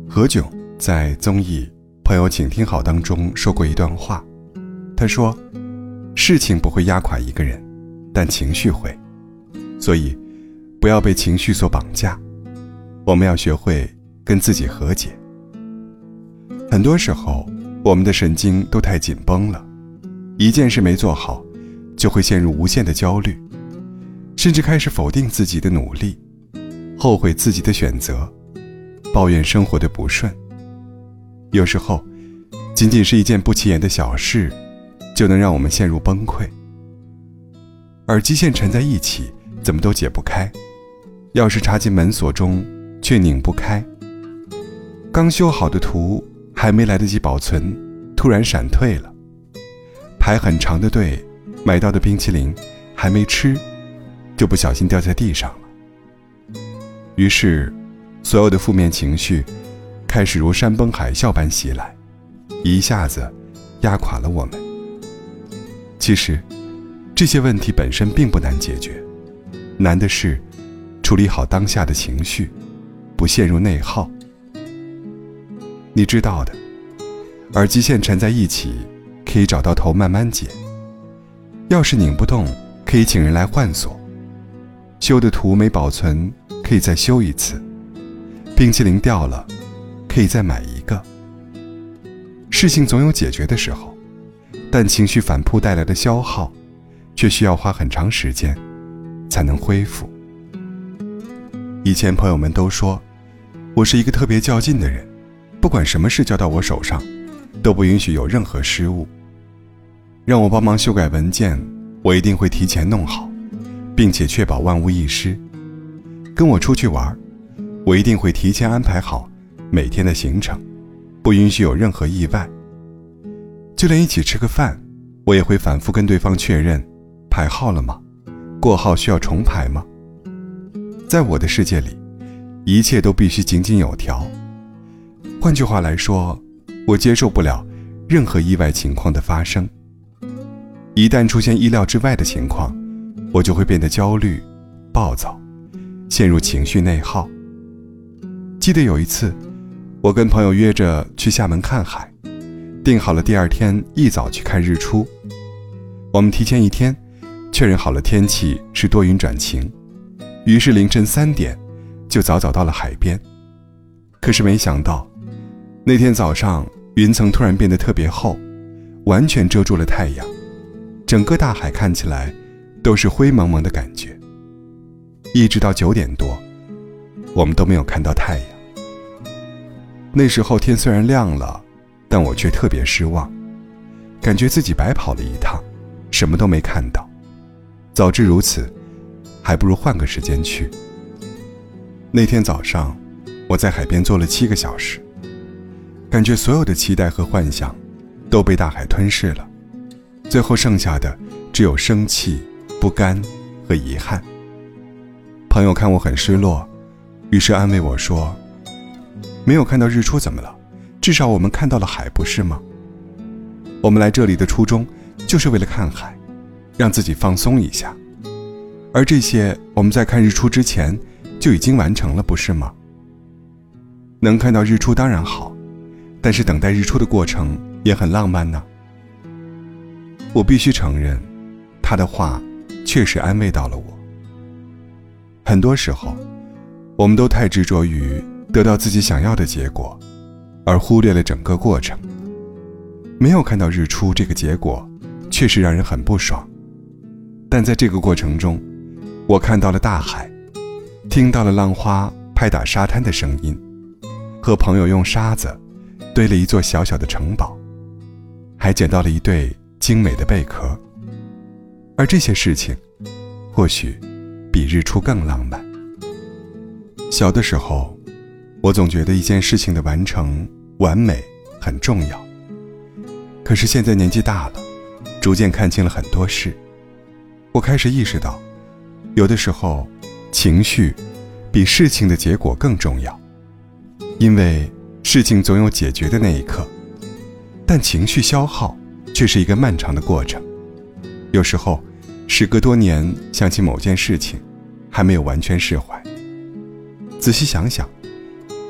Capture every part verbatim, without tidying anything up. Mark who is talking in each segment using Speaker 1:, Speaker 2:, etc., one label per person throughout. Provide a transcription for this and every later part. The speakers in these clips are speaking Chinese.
Speaker 1: 何炅在综艺《朋友请听好》当中说过一段话，他说，事情不会压垮一个人，但情绪会，所以不要被情绪所绑架，我们要学会跟自己和解。很多时候我们的神经都太紧绷了，一件事没做好就会陷入无限的焦虑，甚至开始否定自己的努力，后悔自己的选择，抱怨生活的不顺。有时候仅仅是一件不起眼的小事就能让我们陷入崩溃。耳机线缠在一起怎么都解不开，钥匙插进门锁中却拧不开，刚修好的图还没来得及保存，突然闪退了，排很长的队，买到的冰淇淋还没吃就不小心掉在地上了。于是所有的负面情绪开始如山崩海啸般袭来，一下子压垮了我们。其实这些问题本身并不难解决，难的是处理好当下的情绪，不陷入内耗。你知道的，耳机线缠在一起可以找到头慢慢解，钥匙拧不动可以请人来换锁，修的图没保存可以再修一次，冰淇淋掉了可以再买一个。事情总有解决的时候，但情绪反扑带来的消耗却需要花很长时间才能恢复。以前朋友们都说我是一个特别较劲的人，不管什么事交到我手上都不允许有任何失误，让我帮忙修改文件我一定会提前弄好，并且确保万无一失。跟我出去玩我一定会提前安排好每天的行程，不允许有任何意外。就连一起吃个饭我也会反复跟对方确认，排号了吗？过号需要重排吗？在我的世界里，一切都必须井井有条。换句话来说，我接受不了任何意外情况的发生。一旦出现意料之外的情况，我就会变得焦虑、暴躁，陷入情绪内耗。记得有一次，我跟朋友约着去厦门看海，定好了第二天一早去看日出。我们提前一天确认好了天气是多云转晴，于是凌晨三点就早早到了海边。可是没想到，那天早上云层突然变得特别厚，完全遮住了太阳，整个大海看起来都是灰蒙蒙的感觉。一直到九点多，我们都没有看到太阳。那时候天虽然亮了，但我却特别失望，感觉自己白跑了一趟，什么都没看到。早知如此，还不如换个时间去。那天早上，我在海边坐了七个小时，感觉所有的期待和幻想都被大海吞噬了，最后剩下的只有生气、不甘和遗憾。朋友看我很失落，于是安慰我说，没有看到日出怎么了？至少我们看到了海，不是吗？我们来这里的初衷就是为了看海，让自己放松一下，而这些我们在看日出之前就已经完成了，不是吗？能看到日出当然好，但是等待日出的过程也很浪漫呢。我必须承认，他的话确实安慰到了我。很多时候，我们都太执着于得到自己想要的结果，而忽略了整个过程。没有看到日出这个结果确实让人很不爽，但在这个过程中，我看到了大海，听到了浪花拍打沙滩的声音，和朋友用沙子堆了一座小小的城堡，还捡到了一对精美的贝壳。而这些事情或许比日出更浪漫。小的时候，我总觉得一件事情的完成完美很重要，可是现在年纪大了，逐渐看清了很多事，我开始意识到，有的时候情绪比事情的结果更重要。因为事情总有解决的那一刻，但情绪消耗却是一个漫长的过程。有时候时隔多年想起某件事情，还没有完全释怀。仔细想想，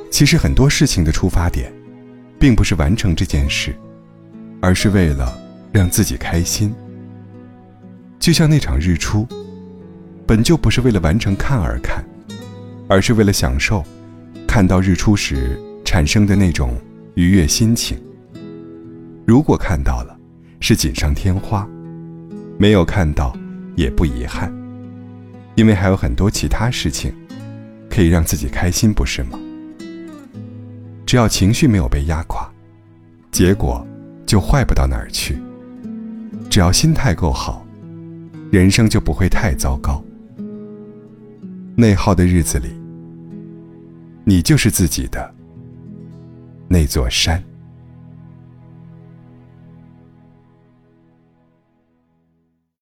Speaker 1: 其实很多事情的出发点并不是完成这件事，而是为了让自己开心。就像那场日出，本就不是为了完成看而看，而是为了享受看到日出时产生的那种愉悦心情。如果看到了，是锦上添花；没有看到，也不遗憾，因为还有很多其他事情可以让自己开心，不是吗？只要情绪没有被压垮，结果就坏不到哪儿去。只要心态够好，人生就不会太糟糕。内耗的日子里，你就是自己的那座山。